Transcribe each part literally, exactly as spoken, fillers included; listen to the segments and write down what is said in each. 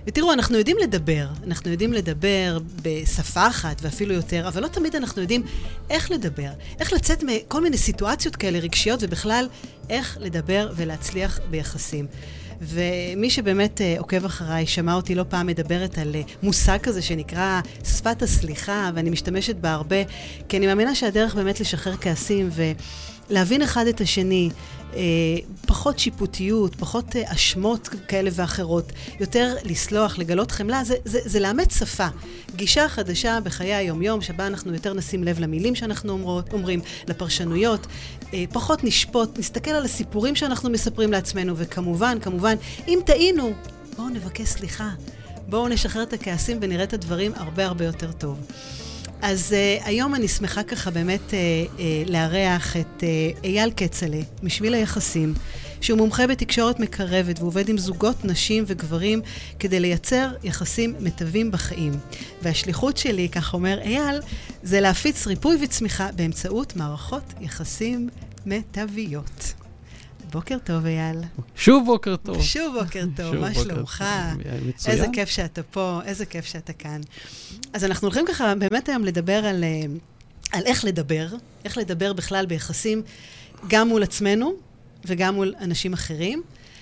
ותראו, אנחנו יודעים לדבר, אנחנו יודעים לדבר בשפה אחת ואפילו יותר, אבל לא תמיד אנחנו יודעים איך לדבר, איך לצאת מכל מיני סיטואציות כאלה רגשיות, ובכלל איך לדבר ולהצליח ביחסים. ומי שבאמת עוקב אחריי, שמע אותי לא פעם מדברת על מושג כזה שנקרא שפת הסליחה, ואני משתמשת בה הרבה, כי אני מאמינה שהדרך באמת לשחרר כעסים ולהבין אחד את השני, פחות שיפוטיות, פחות אשמות כאלה ואחרות, יותר לסלוח, לגלות חמלה, זה, זה, זה לאמץ שפה. גישה חדשה בחיי היום-יום, שבה אנחנו יותר נשים לב למילים שאנחנו אומרות, אומרים, לפרשנויות, פחות נשפוט, נסתכל על הסיפורים שאנחנו מספרים לעצמנו, וכמובן, כמובן, אם טעינו, בואו נבקש סליחה, בואו נשחרר את הכעסים ונראה את הדברים הרבה הרבה יותר טוב. אז uh, היום אני שמחה ככה באמת uh, uh, לארח את uh, אייל קצלה, משביל היחסים, שהוא מומחה בתקשורת מקרבת ועובד עם זוגות, נשים וגברים כדי לייצר יחסים מטבים בחיים. והשליחות שלי, כך אומר אייל, זה להפיץ ריפוי וצמיחה באמצעות מערכות יחסים מטביות. בוקר טוב, אייל. שוב בוקר טוב. שוב בוקר טוב, מה שלומך? מצוין. איזה כיף שאתה פה, איזה כיף שאתה כאן. אז אנחנו הולכים ככה באמת היום לדבר על, על איך לדבר, איך לדבר בכלל ביחסים, גם מול עצמנו וגם מול אנשים אחרים.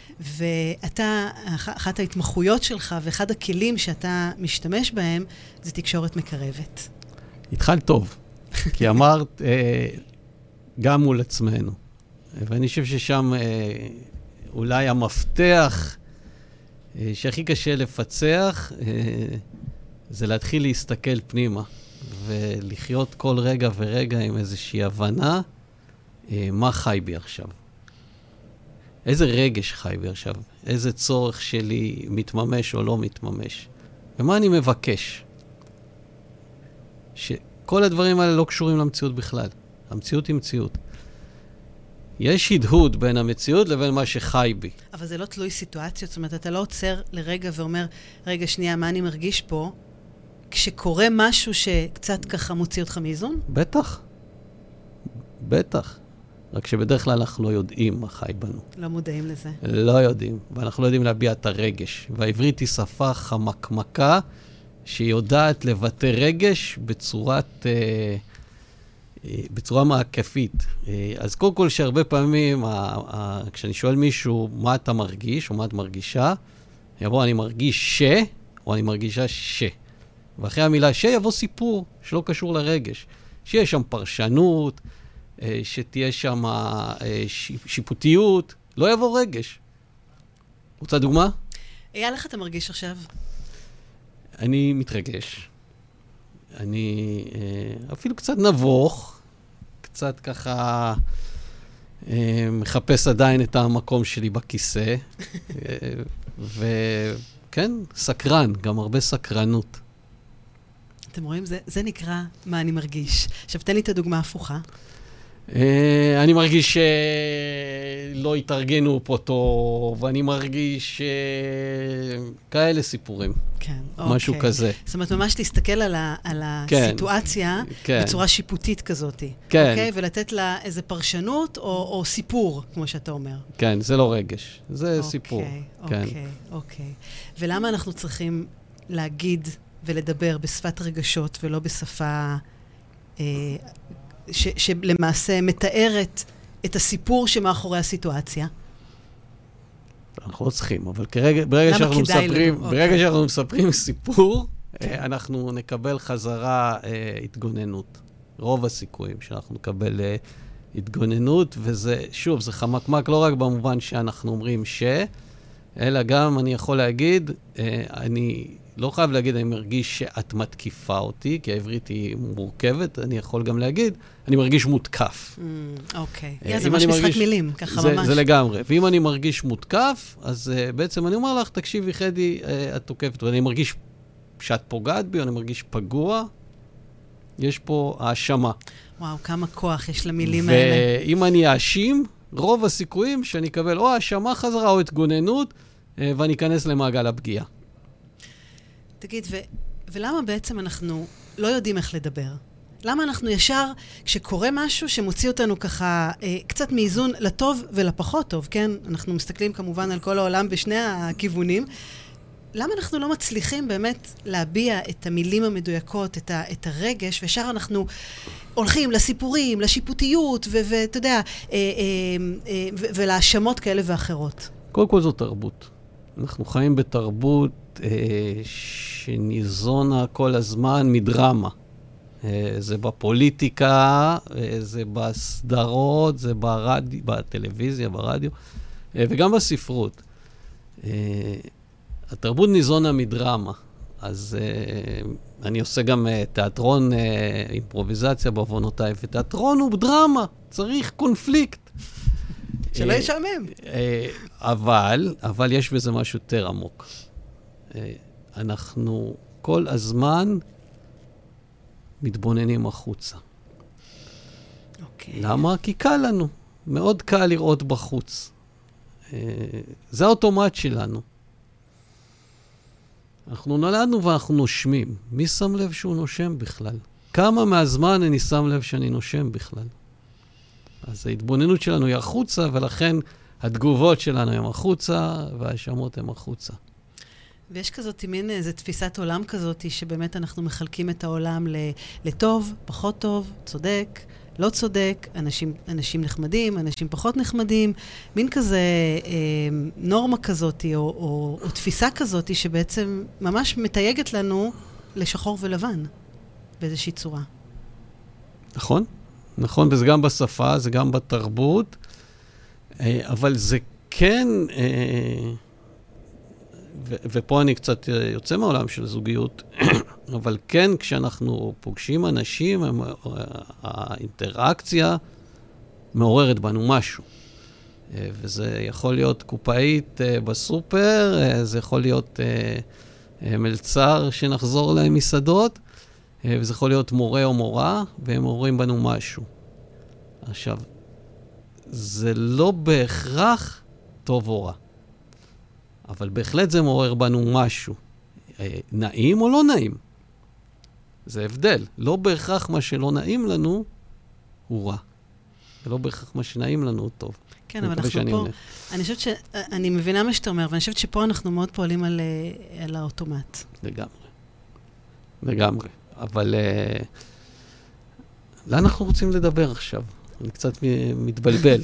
ואתה, אחת ההתמחויות שלך ואחד הכלים שאתה משתמש בהם, זה תקשורת מקרבת. התחל טוב, כי אמרת גם מול עצמנו. ואני חושב ששם אה, אולי המפתח אה, שהכי קשה לפצח, אה, זה להתחיל להסתכל פנימה, ולחיות כל רגע ורגע עם איזושהי הבנה, אה, מה חי בי עכשיו. איזה רגש חי בי עכשיו, איזה צורך שלי מתממש או לא מתממש. ומה אני מבקש? שכל הדברים האלה לא קשורים למציאות בכלל. המציאות היא מציאות. יש הדהוד בין המציאות לבין מה שחי בי. אבל זה לא תלוי סיטואציות, זאת אומרת, אתה לא עוצר לרגע ואומר, רגע, שנייה, מה אני מרגיש פה? כשקורה משהו שקצת ככה מוציא אותך מאיזון? בטח. בטח. רק שבדרך כלל אנחנו לא יודעים מה חי בנו. לא מודעים לזה. לא יודעים, ואנחנו לא יודעים להביע את הרגש. והעברית היא שפה חמקמקה, שהיא יודעת לבטא רגש בצורת... אה, בצורה מעקפית. אז קודם כל שהרבה פעמים, כשאני שואל מישהו מה אתה מרגיש או מה את מרגישה, יבוא אני מרגיש ש, או אני מרגישה ש. ואחרי המילה ש יבוא סיפור שלא קשור לרגש. שיש שם פרשנות, שתהיה שם שיפוטיות, לא יבוא רגש. רוצה דוגמה? אייל, איך אתה מרגיש עכשיו? אני מתרגש. אני אפילו קצת נבוך, קצת ככה מחפש עדיין את המקום שלי בכיסא, וכן, סקרן, גם הרבה סקרנות. אתם רואים? זה, זה נקרא מה אני מרגיש. עכשיו, תן לי את הדוגמה ההפוכה. אני מרגיש שלא התארגנו פה טוב, אני מרגיש כאלה סיפורים. כן, משהו אוקיי. כזה. זאת אומרת, ממש להסתכל על, ה, על הסיטואציה כן. בצורה שיפוטית כזאת. כן. אוקיי? ולתת לה איזה פרשנות או, או סיפור, כמו שאתה אומר. כן, זה לא רגש, זה אוקיי, סיפור. אוקיי, כן. אוקיי. ולמה אנחנו צריכים להגיד ולדבר בשפת רגשות ולא בשפה אה, ש, שלמעשה מתארת את הסיפור שמאחורי הסיטואציה? אנחנו לא צריכים, אבל כרגע, ברגע שאנחנו מספרים, לנו? ברגע okay. שאנחנו מספרים סיפור, okay. אה, אנחנו נקבל חזרה אה, התגוננות. רוב הסיכויים שאנחנו נקבל אה, התגוננות, וזה, שוב, זה חמקמק לא רק במובן שאנחנו אומרים ש, אלא גם אני יכול להגיד, אה, אני לא חייב להגיד, אני מרגיש שאת מתקיפה אותי, כי העברית היא מורכבת, אני יכול גם להגיד, אני מרגיש מותקף. אוקיי. זה ממש משחק מילים, ככה ממש. זה לגמרי. ואם אני מרגיש מותקף, אז בעצם אני אומר לך, תקשיבי, חדי, את תוקפת, ואני מרגיש שאת פוגעת בי, או אני מרגיש פגוע, יש פה האשמה. וואו, כמה כוח יש למילים האלה. ואם אני אאשים, רוב הסיכויים שאני אקבל או האשמה חזרה, או התגוננות, ואני אכנס למעגל הפגיעה. תגיד, ו- ולמה בעצם אנחנו לא יודעים איך לדבר? למה אנחנו ישר, כשקורה משהו שמוציא אותנו ככה אה, קצת מאיזון לטוב ולפחות טוב, כן? אנחנו מסתכלים כמובן על כל העולם בשני הכיוונים. למה אנחנו לא מצליחים באמת להביע את המילים המדויקות, את, ה, את הרגש, וישר אנחנו הולכים לסיפורים, לשיפוטיות, ואתה יודע, אה, אה, אה, ולהאשמות כאלה ואחרות? קודם כל זו תרבות. אנחנו חיים בתרבות אה, שניזונה כל הזמן מדרמה. אה, זה בפוליטיקה, אה, זה בסדרות, זה ברד... בטלוויזיה, ברדיו, אה, וגם בספרות. אה, התרבות ניזונה מדרמה. אז uh, אני עושה גם uh, תיאטרון uh, אימפרוביזציה בעוונותיי, ותיאטרון הוא דרמה, צריך קונפליקט. שלא ישעמם. Uh, uh, אבל, אבל יש בזה משהו יותר עמוק. Uh, אנחנו כל הזמן מתבוננים החוצה. אוקיי. למה? כי קל לנו. מאוד קל לראות בחוץ. Uh, זה האוטומט שלנו. אנחנו נולדנו ואנחנו נושמים. מי שם לב שהוא נושם בכלל? כמה מהזמן אני שם לב שאני נושם בכלל? אז ההתבוננות שלנו היא החוצה, ולכן התגובות שלנו הן החוצה, וההאשמות הן החוצה. ויש כזאת מין איזו תפיסת עולם כזאת, שבאמת אנחנו מחלקים את העולם לטוב, פחות טוב, צודק, לא צודק, אנשים, אנשים נחמדים, אנשים פחות נחמדים, מין כזה אה, נורמה כזאת, או, או, או תפיסה כזאת, שבעצם ממש מתייגת לנו לשחור ולבן, באיזושהי צורה. נכון, נכון, וזה גם בשפה, זה גם בתרבות, אה, אבל זה כן, אה, ו- ופה אני קצת יוצא מהעולם של זוגיות, אבל כן, כשאנחנו פוגשים אנשים, האינטראקציה מעוררת בנו משהו. וזה יכול להיות קופאית בסופר, זה יכול להיות מלצר שנחזור להם מסעדות, וזה יכול להיות מורה או מורה, והם מעוררים בנו משהו. עכשיו, זה לא בהכרח טוב או רע, אבל בהחלט זה מעורר בנו משהו. נעים או לא נעים? זה הבדל. לא בהכרח מה שלא נעים לנו הוא רע. ולא בהכרח מה שנעים לנו הוא טוב. כן, אבל אנחנו פה, אני חושבת ש... אני מבינה מה שאתה אומר, ואני חושבת שפה אנחנו מאוד פועלים על, על האוטומט. לגמרי. לגמרי. אבל uh, לאן אנחנו רוצים לדבר עכשיו? אני קצת מתבלבל.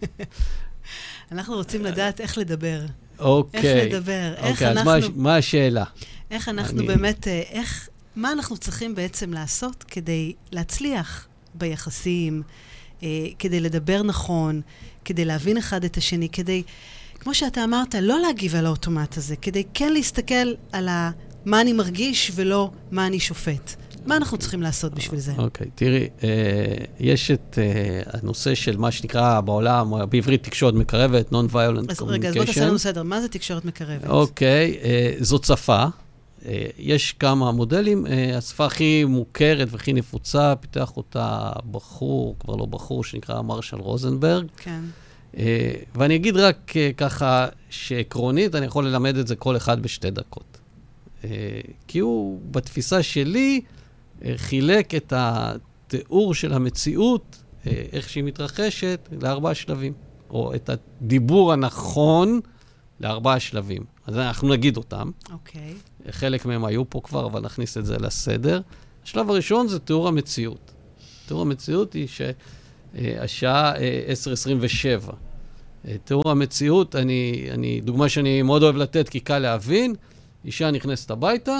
אנחנו רוצים לדעת איך לדבר. אוקיי. איך לדבר. איך אוקיי, אנחנו... אז מה, מה השאלה? איך אנחנו אני... באמת, איך... מה אנחנו צריכים בעצם לעשות כדי להצליח ביחסים, אה, כדי לדבר נכון, כדי להבין אחד את השני, כדי, כמו שאתה אמרת, לא להגיב על האוטומט הזה, כדי כן להסתכל על ה, מה אני מרגיש ולא מה אני שופט. מה אנחנו צריכים לעשות בשביל זה? אוקיי, תראי, אה, יש את אה, הנושא של מה שנקרא בעולם, בעברית תקשורת מקרבת, Non-Violent Communication. אז רגע, אז בוא תעשה לנו סדר, מה זה תקשורת מקרבת? אוקיי, אה, זאת שפה. יש כמה מודלים, השפה הכי מוכרת והכי נפוצה, פיתח אותה בחור, כבר לא בחור, שנקרא מרשל רוזנברג. כן. ואני אגיד רק ככה שעקרונית, אני יכול ללמד את זה כל אחד בשתי דקות. כי הוא, בתפיסה שלי, חילק את התיאור של המציאות, איך שהיא מתרחשת, לארבעה שלבים. או את הדיבור הנכון לארבעה שלבים. אז אנחנו נגיד אותם. אוקיי. חלק מהם היו פה כבר, אבל נכניס את זה לסדר. השלב הראשון זה תיאור המציאות. תיאור המציאות היא שהשעה עשר עשרים ושבע. תיאור המציאות, אני, אני, דוגמה שאני מאוד אוהב לתת, כי קל להבין, אישה נכנסת הביתה,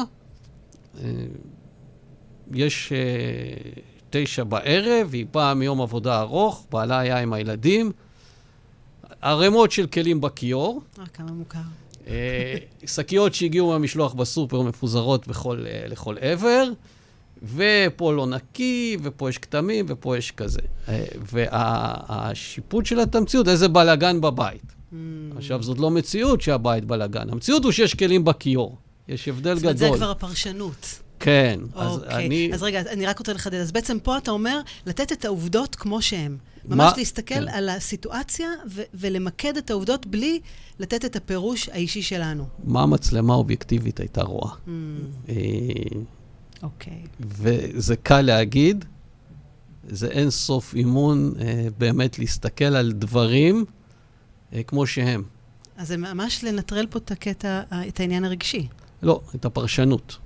יש תשע בערב, היא באה מיום עבודה ארוך, בעלה היה עם הילדים, הרמות של כלים בכיור. אה, כמה מוכר. שקיות שהגיעו מהמשלוח בסופר מפוזרות בכל, לכל עבר, ופה לא נקי, ופה יש כתמים, ופה יש כזה. והשיפוט של המציאות, איזה בלגן בבית. Mm. עכשיו, זאת לא מציאות שהבית בלגן. המציאות הוא שיש כלים בכיור. יש הבדל גדול. זאת אומרת, זה כבר הפרשנות. כן. אז אני... אז רגע, אני רק רוצה לחדד. אז בעצם פה אתה אומר, לתת את העובדות כמו שהן. ממש מה? להסתכל כן. על הסיטואציה ו- ולמקד את העובדות בלי לתת את הפירוש האישי שלנו. מה המצלמה האובייקטיבית הייתה רואה? Mm. אה... אוקיי. וזה קל להגיד, זה אין סוף אימון אה, באמת להסתכל על דברים אה, כמו שהם. אז זה ממש לנטרל פה את הקטע, את העניין הרגשי. לא, את הפרשנות.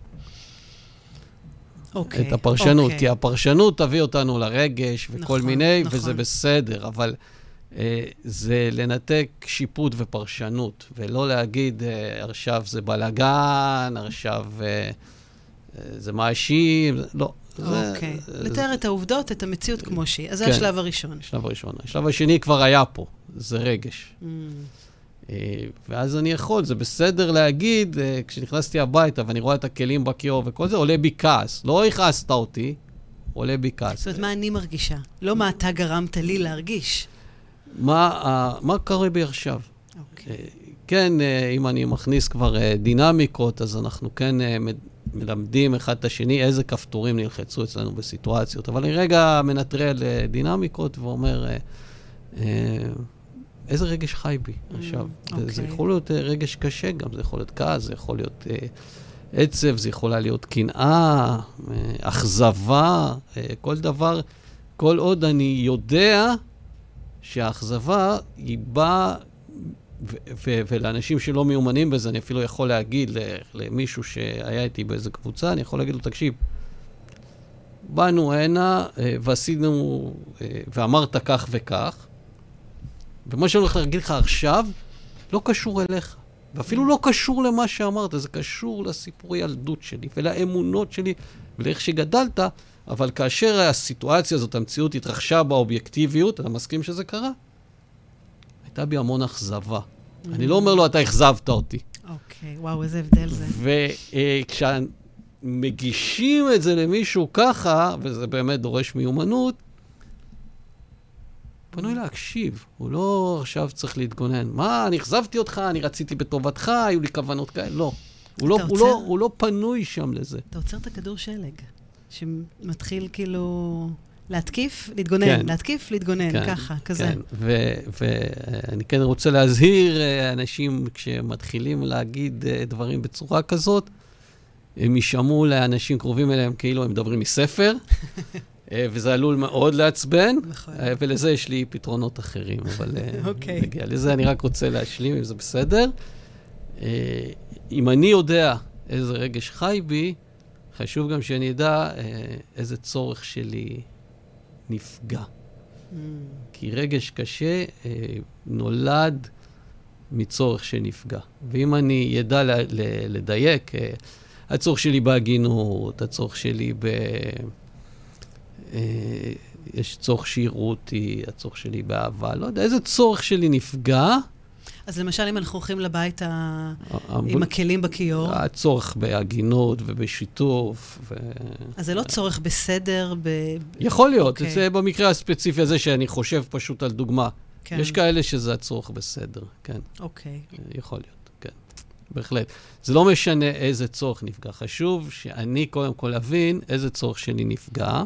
אוקיי. את הפרשנות, אוקיי. כי הפרשנות תביא אותנו לרגש וכל נכון, מיני, נכון. וזה בסדר, אבל אה, זה לנתק שיפוט ופרשנות, ולא להגיד, אה, עכשיו זה בלגן, עכשיו אה, אה, זה מאשים, לא. אוקיי. לתאר את העובדות, את המציאות כמו שהיא. אז זה כן. השלב הראשון. השלב הראשון. השלב השני כבר היה פה, זה רגש. Mm. ואז אני יכול, זה בסדר להגיד, כשנכנסתי הביתה ואני רואה את הכלים בקיור וכל זה, עולה בי כעס. לא הכעסת אותי, עולה בי כעס. זאת אומרת, מה אני מרגישה? לא מה אתה גרמת לי להרגיש. מה, מה קורה בי עכשיו? אוקיי. כן, אם אני מכניס כבר דינמיקות, אז אנחנו כן מלמדים אחד את השני איזה כפתורים נלחצו אצלנו בסיטואציות. אבל אני רגע מנטרל דינמיקות ואומר, איזה רגש חי בי עכשיו. אוקיי. זה יכול להיות רגש קשה גם, זה יכול להיות כעס, זה יכול להיות עצב, זה יכולה להיות קנאה, אכזבה, כל דבר. כל עוד אני יודע שהאכזבה היא באה, ו- ו- ולאנשים שלא מיומנים בזה, אני אפילו יכול להגיד למישהו שהיה איתי באיזה קבוצה, אני יכול להגיד לו, תקשיב, באנו הנה ועשינו, ואמרת כך וכך, ומה שאני הולך להגיד לך עכשיו, לא קשור אליך. ואפילו לא קשור למה שאמרת, זה קשור לסיפורי ילדות שלי, ולאמונות שלי, ולאיך שגדלת, אבל כאשר הסיטואציה הזאת, המציאות התרחשה באובייקטיביות, אתה מסכים שזה קרה? הייתה בי המון אכזבה. Mm-hmm. אני לא אומר לו, אתה אכזבת אותי. אוקיי, okay, וואו, איזה הבדל זה. וכשמגישים את זה למישהו ככה, וזה באמת דורש מיומנות, פנוי להקשיב, הוא לא עכשיו צריך להתגונן. מה, אני אכזבתי אותך, אני רציתי בטובתך, היו לי כוונות כאלה. לא. הוא לא, הוא, לא, הוא לא פנוי שם לזה. אתה עוצר את הכדור שלג, שמתחיל כאילו להתקיף, להתגונן, כן. להתקיף, להתגונן, כן, ככה, כזה. כן. ואני כן רוצה להזהיר אנשים, כשמתחילים להגיד דברים בצורה כזאת, הם ישמעו לאנשים קרובים אליהם כאילו הם מדברים מספר, וזה עלול מאוד לעצבן, נכון. ולזה יש לי פתרונות אחרים, אבל אוקיי. נגיע לזה. אני רק רוצה להשלים, אם זה בסדר. אם אני יודע איזה רגש חי בי, חשוב גם שאני אדע איזה צורך שלי נפגע. Mm. כי רגש קשה נולד מצורך שנפגע. ואם אני ידע ל- ל- לדייק, הצורך שלי בהגינות, הצורך שלי ב... יש צורך שיראו אותי, הצורך שלי באהבה, לא יודע, איזה צורך שלי נפגע. אז למשל, אם אנחנו הולכים לבית ה... עם הכלים בכיור. הצורך בהגינות ובשיתוף. ו... אז זה לא צורך בסדר, ב... יכול להיות, okay. זה במקרה הספציפי הזה שאני חושב פשוט על דוגמה. כן. יש כאלה שזה הצורך בסדר, כן. אוקיי. Okay. יכול להיות, כן. בהחלט. זה לא משנה איזה צורך נפגע. חשוב שאני קודם כל אבין איזה צורך שלי נפגע,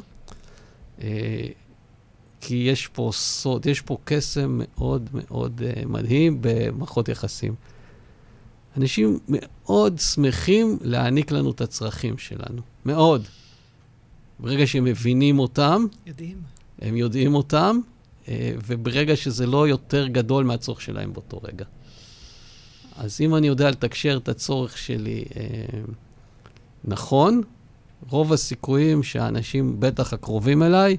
כי יש פה סוד, יש פה קסם מאוד מאוד מדהים במערכות יחסים. אנשים מאוד שמחים להעניק לנו את הצרכים שלנו. מאוד. ברגע שהם מבינים אותם, יודעים. הם יודעים אותם, וברגע שזה לא יותר גדול מהצורך שלהם באותו רגע. אז אם אני יודע לתקשר את הצורך שלי נכון, רוב הסיכויים שהאנשים בטח הקרובים אליי,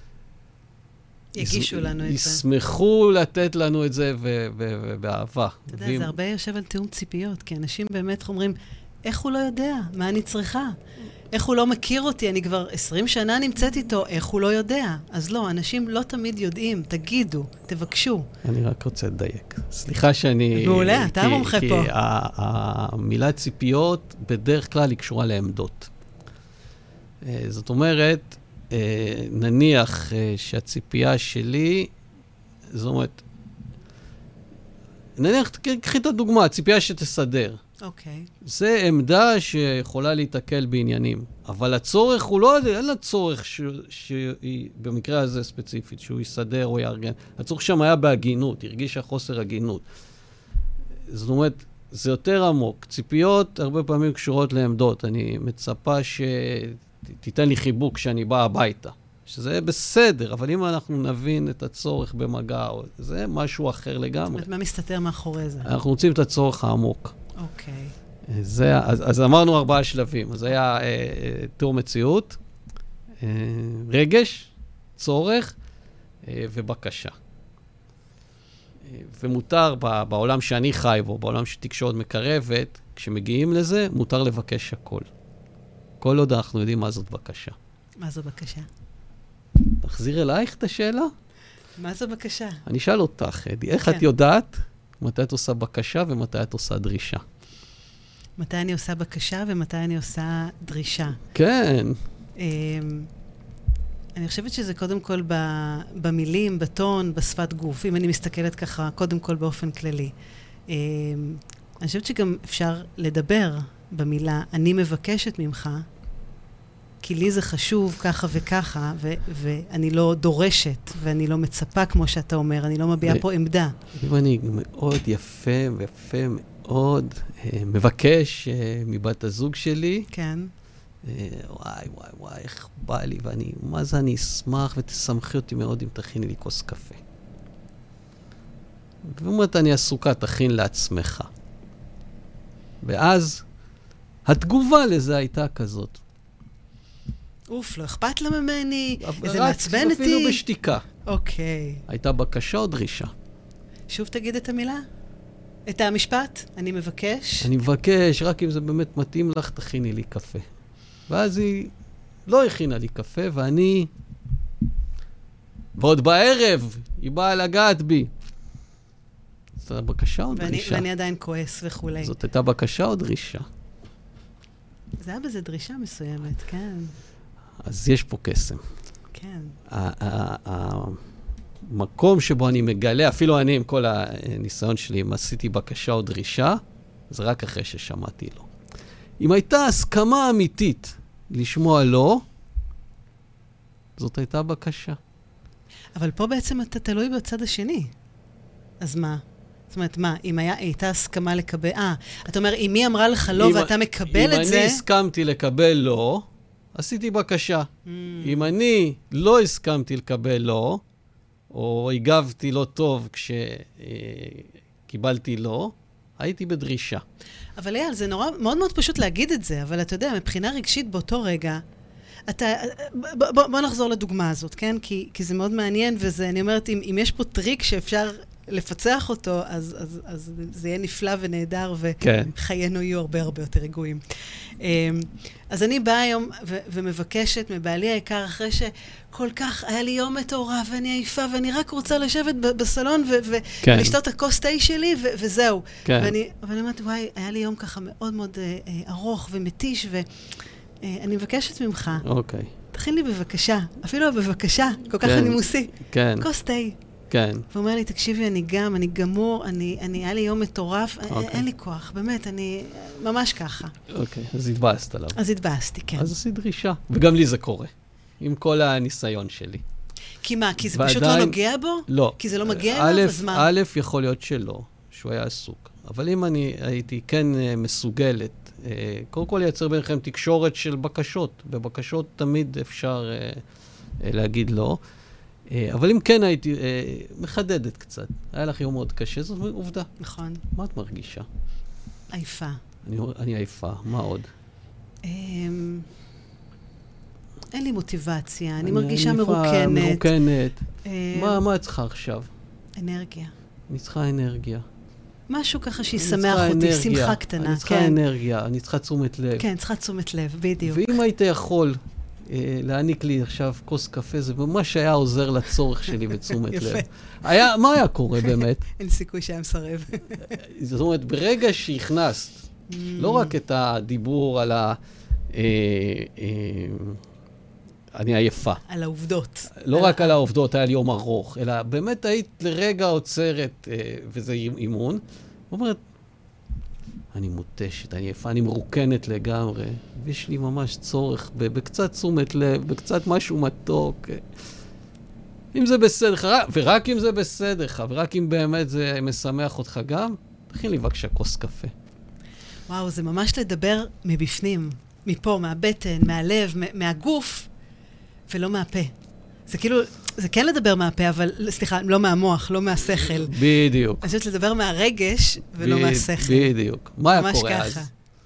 יגישו לנו את זה. ישמחו לתת לנו את זה ובאהבה. אתה יודע, זה הרבה יושב על תיאום ציפיות, כי אנשים באמת אומרים, איך הוא לא יודע? מה אני צריכה? איך הוא לא מכיר אותי? אני כבר עשרים שנה נמצאת איתו, איך הוא לא יודע? אז לא, אנשים לא תמיד יודעים, תגידו, תבקשו. אני רק רוצה לדייק. סליחה שאני... מעולה, אתה מומחה פה. כי המילה ציפיות בדרך כלל היא קשורה לעמדות. זאת אומרת, נניח שהציפייה שלי, זאת אומרת, נניח, קחי את הדוגמה, הציפייה שתסדר. אוקיי. זה עמדה שיכולה להתעכל בעניינים, אבל הצורך הוא לא, אין לה צורך שהיא, במקרה הזה ספציפית, שהוא יסדר או יארגן. הצורך שם היה בהגינות, הרגישה חוסר הגינות. זאת אומרת, זה יותר עמוק. ציפיות הרבה פעמים קשורות לעמדות. אני מצפה שתיתן לי חיבוק כשאני בא הביתה. שזה בסדר, אבל אם אנחנו נבין את הצורך במגע, זה משהו אחר לגמרי. זאת אומרת, מה מסתתר מאחורי זה? אנחנו רוצים את הצורך העמוק. אוקיי. זה, אז, אז אמרנו ארבעה שלבים. אז היה אה, תיאור מציאות, אה, רגש, צורך אה, ובקשה. אה, ומותר ב, בעולם שאני חי בו, בעולם שתקשורת מקרבת, כשמגיעים לזה, מותר לבקש הכל. כל עוד אנחנו יודעים מה זאת בקשה. מה זו בקשה? נחזיר אלייך את השאלה? מה זו בקשה? אני אשאל אותך, אדי, איך כן. את יודעת מתי את עושה בקשה ומתי את עושה דרישה? מתי אני עושה בקשה ומתי אני עושה דרישה? כן. אני חושבת שזה קודם כל במילים, בטון, בשפת גוף, אם אני מסתכלת ככה, קודם כל באופן כללי. אני חושבת שגם אפשר לדבר במילה, אני מבקשת ממך, כי לי זה חשוב ככה וככה, ו- ואני לא דורשת, ואני לא מצפה כמו שאתה אומר, אני לא מביעה ו- פה עמדה. אם אני מאוד יפה ויפה מאוד מבקש מבת הזוג שלי, כן. וואי, וואי, וואי, איך בא לי, ואני, מה זה אני אשמח ותשמחי אותי מאוד אם תכיני לי כוס קפה. ואומרת, אני עסוקה, תכין לעצמך. ואז התגובה לזה הייתה כזאת. אוף, לא אכפת לה ממני, איזה מעצבן אותי. אפילו בשתיקה. אוקיי. הייתה בקשה או דרישה? שוב תגיד את המילה. את המשפט, אני מבקש. אני מבקש, רק אם זה באמת מתאים לך, תכיני לי קפה. ואז היא לא הכינה לי קפה, ואני... ועוד בערב, היא באה לגעת בי. זאת הייתה בקשה או ואני, דרישה? ואני עדיין כועס וכולי. זאת הייתה בקשה או דרישה? זה היה בזה דרישה מסוימת, כן. אז יש פה קסם. כן. המקום שבו אני מגלה, אפילו אני עם כל הניסיון שלי, אם עשיתי בקשה או דרישה, זה רק אחרי ששמעתי לו. אם הייתה הסכמה אמיתית לשמוע לא, זאת הייתה בקשה. אבל פה בעצם אתה תלוי בצד השני. אז מה? זאת אומרת, מה? אם היה, הייתה הסכמה לקבל... אה, אתה אומר, אם מי אמרה לך לא ואתה מקבל את זה... אם אני הסכמתי לקבל לא, עשיתי בקשה. Mm. אם אני לא הסכמתי לקבל לא, או הגבתי לא טוב כשקיבלתי לא, הייתי בדרישה. אבל אייל, זה נורא, מאוד מאוד פשוט להגיד את זה, אבל אתה יודע, מבחינה רגשית באותו רגע, אתה, בוא, בוא, בוא נחזור לדוגמה הזאת, כן? כי, כי זה מאוד מעניין, וזה, אני אומרת, אם, אם יש פה טריק שאפשר לפצח אותו, אז, אז, אז זה יהיה נפלא ונהדר, וחיינו יהיו הרבה הרבה יותר רגועים. אז אני באה היום ו- ומבקשת מבעלי העיקר, אחרי שכל כך היה לי יום מטורף, ואני עייפה, ואני רק רוצה לשבת ב- בסלון ו- ו- כן. ולשתות את הכוס תה שלי, ו- וזהו. כן. ואני, ואני אומרת, וואי, היה לי יום ככה מאוד מאוד אה, ארוך ומתיש, ואני מבקשת ממך. אוקיי. תכין לי בבקשה, אפילו בבקשה, כל כך כן. נימוסי. כן. כוס תה. כן. ואומר לי, תקשיבי, אני גם, אני גמור, אני, אני, היה לי יום מטורף, אוקיי. אין לי כוח, באמת, אני ממש ככה. אוקיי, אז התבאסת עליו. אז התבאסתי, כן. אז עשית דרישה. וגם לי זה קורה, עם כל הניסיון שלי. כי מה, כי זה ועדיין, פשוט לא נוגע בו? לא. כי זה לא מגיע אליו, אז מה? א', יכול להיות שלא, שהוא היה עסוק. אבל אם אני הייתי כן מסוגלת, קודם כל לייצר ביניכם תקשורת של בקשות. בבקשות תמיד אפשר להגיד לא. אבל אם כן הייתי מחדדת קצת, היה לך יום מאוד קשה, זאת עובדה. נכון. מה את מרגישה? עייפה. אני, אני עייפה, מה עוד? אין לי מוטיבציה, אני מרגישה מרוקנת. מרוקנת. מה, מה את צריכה עכשיו? אנרגיה. אני צריכה אנרגיה. משהו ככה שישמח אותי, שמחה קטנה. אני צריכה אנרגיה, אני צריכה תשומת לב. כן, צריכה תשומת לב, בדיוק. ואם היית יכול להעניק לי עכשיו כוס קפה, זה ממש היה עוזר לצורך שלי בתשומת לב. היה, מה היה קורה באמת? אין סיכוי שהיה מסרב. זאת אומרת, ברגע שהכנסת, לא רק את הדיבור על ה... אני עייפה. על העובדות. לא רק על העובדות, היה לי יום ארוך, אלא באמת היית לרגע עוצרת, וזה אימון, ואומרת, אני מוטשת, אני עייפה, אני מרוקנת לגמרי, ויש לי ממש צורך בקצת תשומת לב, בקצת משהו מתוק. אם זה בסדר, ורק אם זה בסדר, ורק אם באמת זה משמח אותך גם, תכין לי בבקשה כוס קפה. וואו, זה ממש לדבר מבפנים, מפה, מהבטן, מהלב, מהגוף, ולא מהפה. זה כאילו, זה כן לדבר מהפה, אבל, סליחה, לא מהמוח, לא מהשכל. בדיוק. אני חושבת לדבר מהרגש ולא מהשכל. בדיוק. מה היה קורה אז?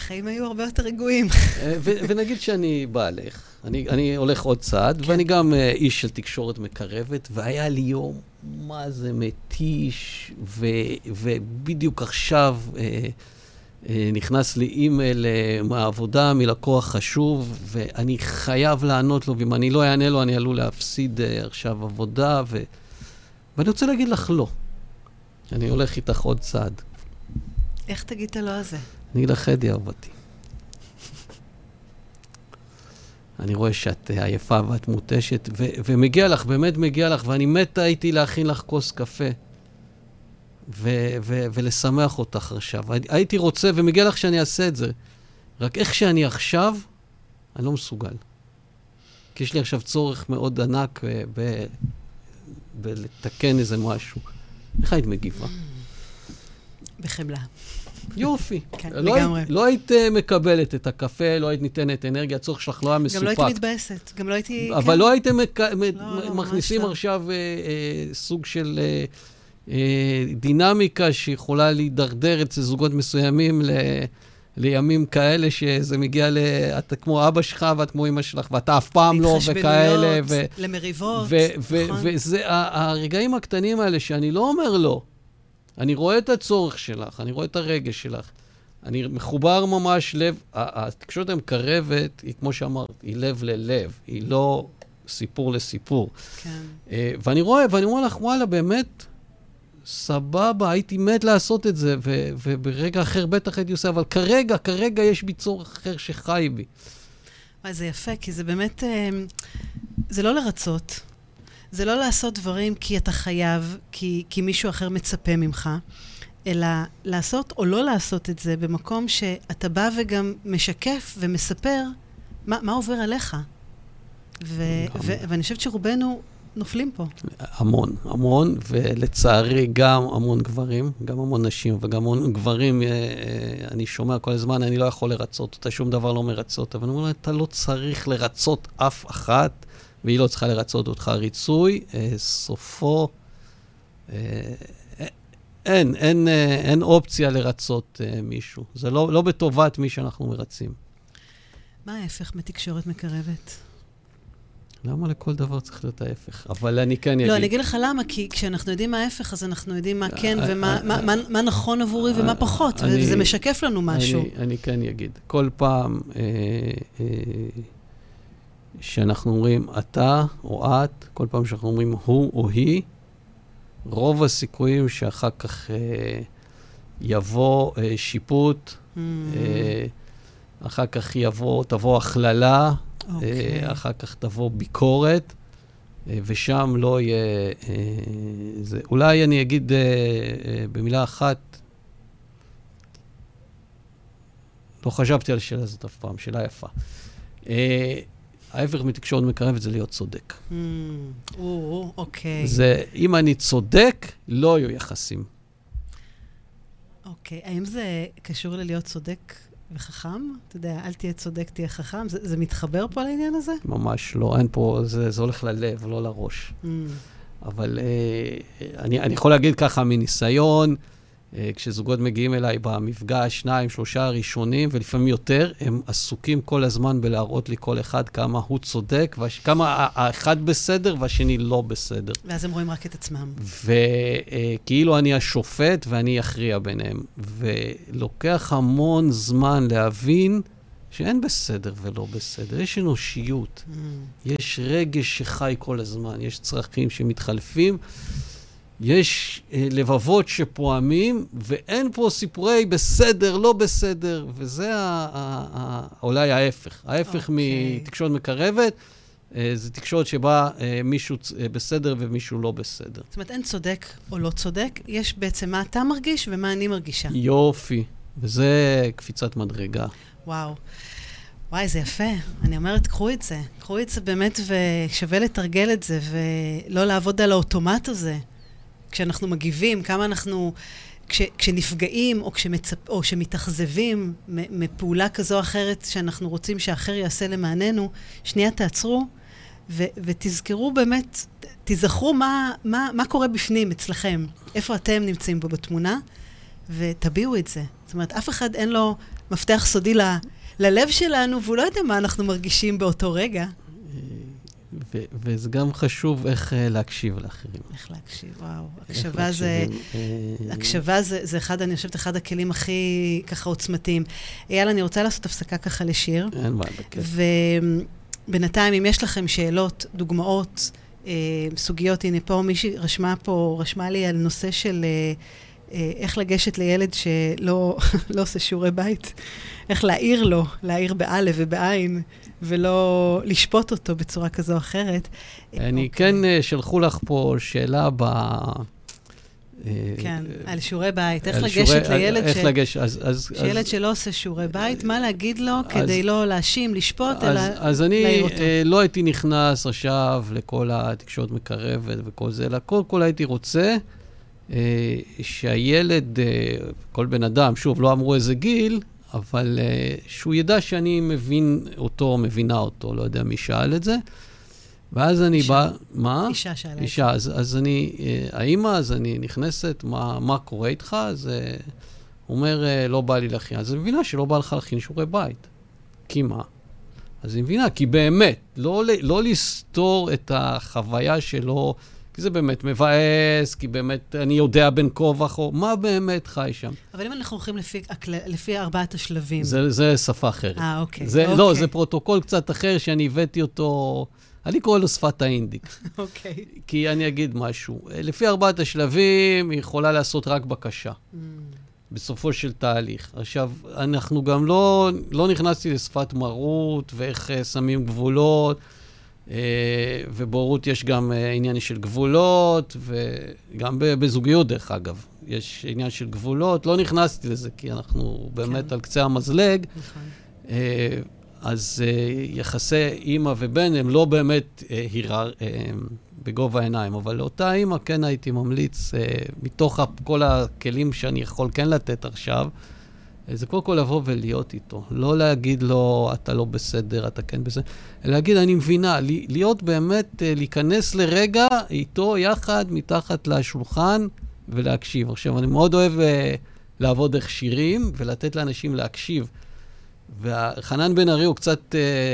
החיים היו הרבה יותר רגועים. ונגיד שאני בעלך, אני הולך עוד צעד, ואני גם איש של תקשורת מקרבת, והיה לי יום, מה זה מתיש, ובדיוק עכשיו נכנס לי אימייל מהעבודה, מלקוח חשוב, ואני חייב לענות לו, ואם אני לא אענה לו, אני עלול להפסיד עכשיו עבודה, ואני רוצה להגיד לך לא. אני הולך איתך עוד צעד. איך תגיד את הלא הזה? אני אגיד לך, חדי אהובתי. אני רואה שאת עייפה ואת מותשת, ו- ומגיע לך, באמת מגיע לך, ואני מתה הייתי להכין לך כוס קפה, ו- ו- ולשמח אותך עכשיו. הייתי רוצה, ומגיע לך שאני אעשה את זה. רק איך שאני עכשיו, אני לא מסוגל. כי יש לי עכשיו צורך מאוד ענק ב- ב- בלתקן איזה משהו. איך היית מגיבה? בחמלה. יופי. כן, לא לגמרי. היית, לא היית מקבלת את הקפה, לא היית ניתנת אנרגיה, הצורך שלך לא היה מסופק. גם לא הייתי מתבאסת, גם לא הייתי... אבל כן. לא הייתם מק... לא, לא, מכניסים לא. עכשיו אה, אה, סוג של אה, אה, דינמיקה שיכולה להידרדר אצל זוגות מסוימים ל... לימים כאלה שזה מגיע ל... אתה כמו אבא שלך ואת כמו אמא שלך, ואתה אף פעם לא וכאלה. ו... למריבות, ו... ו... נכון. וזה הרגעים הקטנים האלה שאני לא אומר לא. אני רואה את הצורך שלך, אני רואה את הרגש שלך. אני מחובר ממש לב, התקשורת המקרבת היא, כמו שאמרת, היא לב ללב, היא לא סיפור לסיפור. כן. ואני רואה, ואני אומר לך, וואלה, באמת, סבבה, הייתי מת לעשות את זה, ו- וברגע אחר בטח הייתי עושה, אבל כרגע, כרגע יש בי צורך אחר שחי בי. וואי, זה יפה, כי זה באמת, זה לא לרצות. זה לא לעשות דברים כי אתה חייב, כי, כי מישהו אחר מצפה ממך, אלא לעשות או לא לעשות את זה במקום שאתה בא וגם משקף ומספר מה, מה עובר עליך. ו, ו, ואני חושבת שרובנו נופלים פה. המון, המון, ולצערי גם המון גברים, גם המון נשים וגם המון גברים, אני שומע כל הזמן, אני לא יכול לרצות אותה, שום דבר לא מרצות, אבל אני אומר, אתה לא צריך לרצות אף אחת, והיא לא צריכה לרצות אותך. ריצוי, אה, סופו, אה, אין, אין, אה, אין אופציה לרצות אה, מישהו. זה לא, לא בטובת מי שאנחנו מרצים. מה ההפך מתקשורת מקרבת? למה לכל דבר צריך להיות ההפך? אבל אני כן אגיד. לא, אני אגיד לך למה, כי כשאנחנו יודעים מה ההפך, אז אנחנו יודעים מה כן ומה מה, מה, מה נכון עבורי ומה פחות, אני, וזה משקף לנו משהו. אני, אני כן אגיד. כל פעם... אה, אה, שאנחנו אומרים אתה או את, כל פעם שאנחנו אומרים הוא או היא, רוב הסיכויים שאחר כך אה, יבוא אה, שיפוט, mm. אה, אחר כך יבוא, תבוא הכללה, okay. אה, אחר כך תבוא ביקורת, אה, ושם לא יהיה... אה, זה. אולי אני אגיד אה, אה, במילה אחת, לא חשבתי על השאלה הזאת אף פעם, שאלה יפה. אה, ההפך מתקשורת מקרבת זה להיות צודק. או, אוקיי. זה, אם אני צודק, לא יהיו יחסים. אוקיי. האם זה קשור ללהיות צודק וחכם? אתה יודע, אל תהיה צודק, תהיה חכם. זה, זה מתחבר פה לעניין הזה? ממש לא. אין פה, זה, זה הולך ללב, לא לראש. אבל אה, אני, אני יכול להגיד ככה מניסיון, כשזוגות מגיעים אליי במפגש, שניים, שלושה ראשונים, ולפעמים יותר, הם עסוקים כל הזמן בלהראות לי כל אחד כמה הוא צודק, כמה האחד בסדר והשני לא בסדר. ואז הם רואים רק את עצמם. וכאילו אני השופט ואני אכריע ביניהם. ולוקח המון זמן להבין שאין בסדר ולא בסדר. יש אנושיות. Mm. יש רגש שחי כל הזמן. יש צרכים שמתחלפים. יש אה, לבבות שפועמים, ואין פה סיפורי בסדר, לא בסדר, וזה ה- ה- ה- אולי ההפך. ההפך okay. מתקשורת מקרבת, אה, זה תקשורת שבה אה, מישהו אה, בסדר ומישהו לא בסדר. זאת אומרת, אין צודק או לא צודק, יש בעצם מה אתה מרגיש ומה אני מרגישה. יופי, וזה קפיצת מדרגה. וואו. וואי, זה יפה. אני אומרת, קחו את זה. קחו את זה באמת, ושווה לתרגל את זה, ולא לעבוד על האוטומט הזה. כשאנחנו מגיבים, כמה אנחנו, כש, כשנפגעים או, כשמצפ, או שמתאכזבים מפעולה כזו או אחרת שאנחנו רוצים שאחר יעשה למעננו, שנייה תעצרו ו, ותזכרו באמת, תזכרו מה, מה, מה קורה בפנים אצלכם, איפה אתם נמצאים בו בתמונה, ותביאו את זה. זאת אומרת, אף אחד אין לו מפתח סודי ל, ללב שלנו, והוא לא יודע מה אנחנו מרגישים באותו רגע. ו- וזה גם חשוב איך uh, להקשיב לאחרים. איך להקשיב, וואו. הקשבה זה, הקשבה זה, זה אחד, אני חושבת, אחד הכלים הכי ככה עוצמתיים. אייל, אני רוצה לעשות הפסקה ככה לשיר. אין מה, בכיף. ובינתיים, אם יש לכם שאלות, דוגמאות, אה, סוגיות, הנה פה, מישהי רשמה פה, רשמה לי על נושא של אה, אה, איך לגשת לילד שלא לא עושה שיעורי בית, איך להעיר לו, להעיר באלף ובעין, ולא לשפוט אותו בצורה כזו או אחרת. אני כן שלחו לך פה שאלה ב... כן, על שיעורי בית. איך לגשת לילד איך לגש, אז, אז, שילד שלא עושה שיעורי בית, מה להגיד לו כדי לא להאשים, לשפוט, אלא להעיר אותו. אז אני לא הייתי נכנס עכשיו לכל התקשורת מקרבת וכל זה, אלא כל כל הייתי רוצה שהילד, כל בן אדם, שוב, לא אמרו איזה גיל, אבל uh, שהוא ידע שאני מבין אותו, מבינה אותו, לא יודע מי שאל את זה. ואז אני אישה. בא... מה? אישה שאלה. אישה, אז, אז אני, uh, האמא, אז אני נכנסת, מה, מה קורה איתך? אז uh, הוא אומר, uh, לא בא לי להכין. אז אני מבינה שלא בא לך להכין שיעורי בית. כי מה? אז אני מבינה, כי באמת, לא, לא לסתור את החוויה שלו, כי זה באמת מבאס, כי באמת אני יודע בין כובע, או מה באמת חי שם. אבל אם אנחנו הולכים לפי, לפי ארבעת השלבים... זה, זה שפה אחרת. אה, אוקיי. זה, אוקיי. לא, זה פרוטוקול קצת אחר שאני הבאתי אותו, אני קורא לו שפת האינדיק. אוקיי. כי אני אגיד משהו. לפי ארבעת השלבים, היא יכולה לעשות רק בקשה. Mm. בסופו של תהליך. עכשיו, אנחנו גם לא, לא נכנסתי לשפת מרות, ואיך שמים גבולות, ובהורות יש גם עניין של גבולות, וגם בזוגיות דרך אגב, יש עניין של גבולות, לא נכנסתי לזה, כי אנחנו באמת כן. על קצה המזלג, נכון. אז יחסי אימא ובן הם לא באמת הירר, בגובה העיניים, אבל לאותה אימא כן הייתי ממליץ, מתוך כל הכלים שאני יכול כן לתת עכשיו, זה קודם כל לבוא ולהיות איתו. לא להגיד לו, אתה לא בסדר, אתה כן בסדר. אלא להגיד, אני מבינה, להיות באמת, להיכנס לרגע איתו יחד, מתחת לשולחן, ולהקשיב. עכשיו, אני מאוד אוהב לעבוד דרך שירים, ולתת לאנשים להקשיב. וחנן בן ארי הוא קצת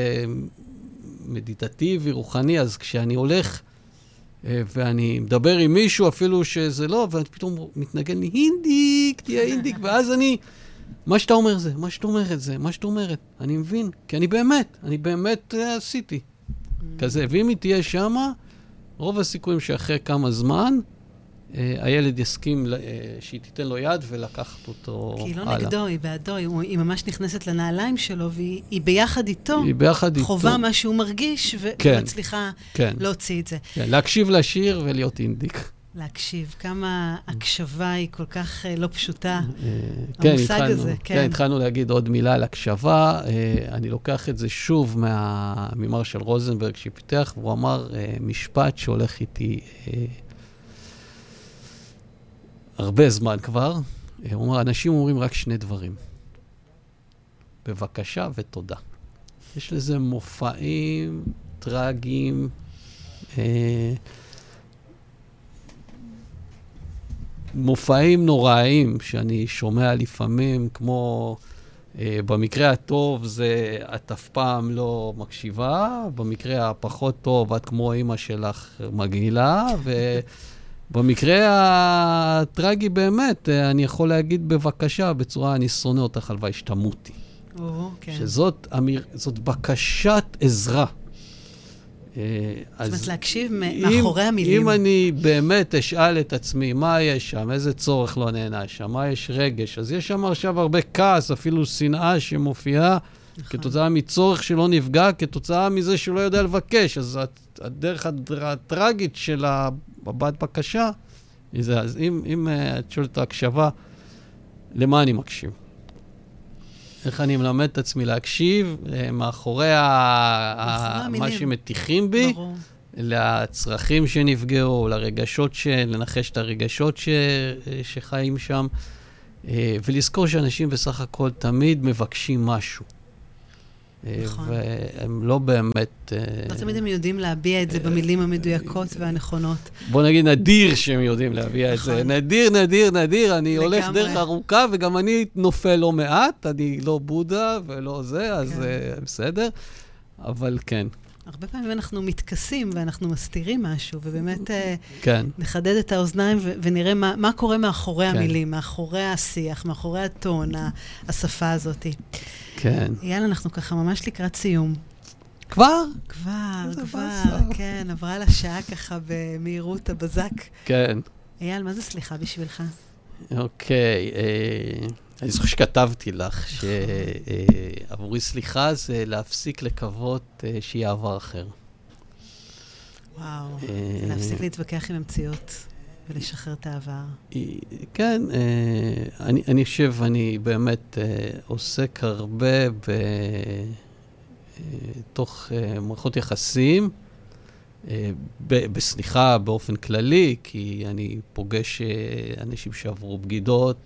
מדיטטיבי, רוחני, אז כשאני הולך, ואני מדבר עם מישהו, אפילו שזה לא, ואני פתאום מתנגן לי, אינדיק, תהיה אינדיק, ואז אני... מה שאתה אומר זה, מה שאתה אומרת זה, מה שאתה אומרת. אני מבין, כי אני באמת, אני באמת uh, עשיתי. Mm. כזה, ואם היא תהיה שמה, רוב הסיכויים שאחרי כמה זמן, uh, הילד יסכים uh, שהיא תיתן לו יד ולקחת אותו הלאה. כי היא לא הלאה. נגדו, היא בעדו, היא, היא ממש נכנסת לנעליים שלו, והיא היא ביחד איתו. היא ביחד איתו. חובה מה שהוא מרגיש, ו- כן, ומצליחה כן. להוציא את זה. כן, להקשיב לשיר ולהיות אינדיק. להקשיב, כמה הקשבה היא כל כך לא פשוטה, כן, המושג התחלנו, הזה. כן. כן, התחלנו להגיד עוד מילה על הקשבה. אני לוקח את זה שוב מה, ממרשל רוזנברג שפיתח, והוא אמר משפט שהולך איתי הרבה זמן כבר. הוא אמר, אנשים אומרים רק שני דברים. בבקשה ותודה. יש לזה מופעים טרגיים, מופעים נוראים שאני שומע לפעמים, כמו אה, במקרה הטוב זה את אף פעם לא מקשיבה, במקרה הפחות טוב את כמו אמא שלך מגעילה, ובמקרה הטרגי באמת, אני יכול להגיד בבקשה, בצורה אני שונא אותך הלוואי שתמותי. או, כן. שזאת אמיר, זאת בקשת עזרה. זאת אומרת, להקשיב מאחורי המילים. אם אני באמת אשאל את עצמי, מה יש שם, איזה צורך לא נהנה שם, מה יש רגש, אז יש שם עכשיו הרבה כעס, אפילו שנאה שמופיעה, כתוצאה מצורך שלא נפגע, כתוצאה מזה שלא יודע לבקש. אז הדרך הטרגית של הבת בקשה, אז אם את שואלת את ההקשבה, למה אני מקשיב? איך אני מלמד את עצמי להקשיב, מאחורי מה שמתיחים בי, לצרכים שנפגעו, לרגשות, לנחש את הרגשות שחיים שם, ולזכור שאנשים בסך הכל תמיד מבקשים משהו. נכון. והם לא באמת... לא תמיד הם יודעים להביע את זה במילים המדויקות והנכונות. בוא נגיד נדיר שהם יודעים להביע את זה. נדיר, נדיר, נדיר, אני הולך דרך ארוכה, וגם אני נופל לא מעט, אני לא בודה ולא זה, אז בסדר, אבל כן. הרבה פעמים אנחנו מתכסים ואנחנו מסתירים משהו, ובאמת כן. נחדד את האוזניים ונראה מה, מה קורה מאחורי כן. המילים, מאחורי השיח, מאחורי הטון, השפה הזאת. כן. יאללה, אנחנו ככה ממש לקראת סיום. כבר? כבר, כבר, כן, עברה לה שעה ככה במהירות הבזק. כן. אייל, מה זה סליחה בשבילך? אוקיי, אה... אני זוכר שכתבתי לך שעבורי סליחה זה להפסיק לקוות שיהיה עבר אחר. וואו, זה להפסיק להתווכח עם המציאות ולשחרר את העבר. כן, אני חושב, אני באמת עוסק הרבה בתוך מערכות יחסים, בסליחה באופן כללי, כי אני פוגש אנשים שעברו בגידות,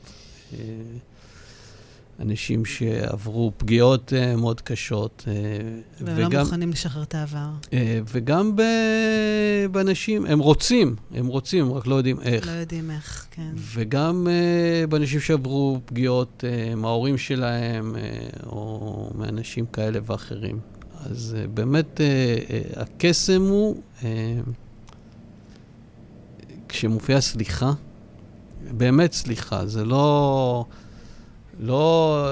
אנשים שעברו פגיעות uh, מאוד קשות. Uh, והם לא מוכנים לשחרר את העבר. Uh, וגם ב- באנשים, הם רוצים, הם רוצים, הם רק לא יודעים איך. לא יודעים איך, כן. וגם uh, באנשים שעברו פגיעות uh, מההורים שלהם, uh, או מאנשים כאלה ואחרים. אז uh, באמת uh, uh, הקסם הוא, uh, כשמופיע סליחה, באמת סליחה, זה לא... לא,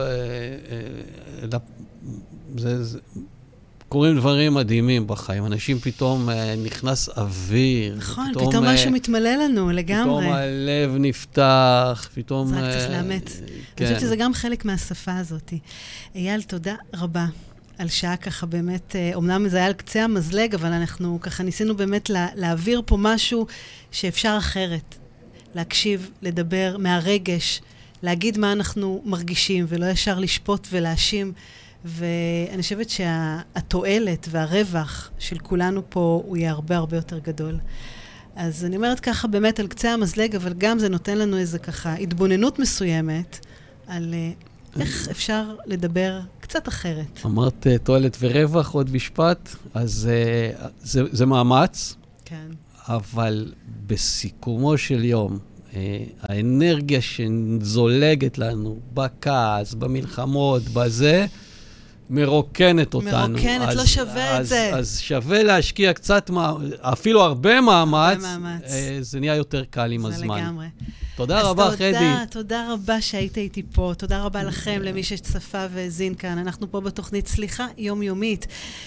זה, זה, קורים דברים מדהימים בחיים. אנשים פתאום נכנס אוויר. נכון, פתאום, פתאום משהו מתמלא לנו לגמרי. פתאום הלב נפתח, פתאום... זה רק צריך לאמץ. כן. אני חושבת שזה גם חלק מהשפה הזאת. אייל, תודה רבה על שעה ככה באמת, אומנם זה היה על קצה המזלג, אבל אנחנו ככה ניסינו באמת לה, להעביר פה משהו שאפשר אחרת. להקשיב, לדבר מהרגש, להגיד מה אנחנו מרגישים, ולא ישר לשפוט ולהאשים. ואני חושבת שהתועלת והרווח של כולנו פה, הוא יהיה הרבה הרבה יותר גדול. אז אני אומרת ככה באמת על קצה המזלג, אבל גם זה נותן לנו איזה ככה התבוננות מסוימת, על איך אפשר לדבר קצת אחרת. אמרת תועלת ורווח, עוד משפט, אז זה, זה מאמץ, כן. אבל בסיכומו של יום, האנרגיה שזולגת לנו בכעס, במלחמות, בזה, מרוקנת אותנו. מרוקנת, לא שווה את זה. אז שווה להשקיע קצת, אפילו הרבה מאמץ, זה נהיה יותר קל עם הזמן. זה לגמרי. תודה רבה, חדי. תודה, תודה רבה שהיית איתי פה. תודה רבה לכם, למי שצפה והזין כאן. אנחנו פה בתוכנית סליחה יומיומית.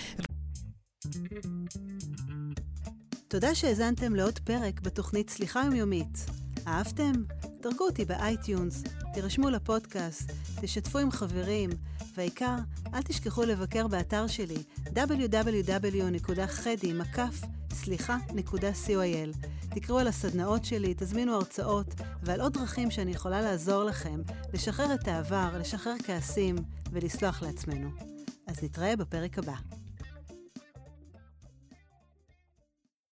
תודה שהזנתם לעוד פרק בתוכנית סליחה יומיומית. אהבתם? דרגו אותי באייטיונס, תירשמו לפודקאסט, תשתפו עם חברים, והעיקר, אל תשכחו לבקר באתר שלי דאבליו דאבליו דאבליו נקודה חדי מקף סליחה נקודה סי או איי אל. תקראו על הסדנאות שלי, תזמינו הרצאות, ועל עוד דרכים שאני יכולה לעזור לכם לשחרר את העבר, לשחרר כעסים ולסלוח לעצמנו. אז נתראה בפרק הבא.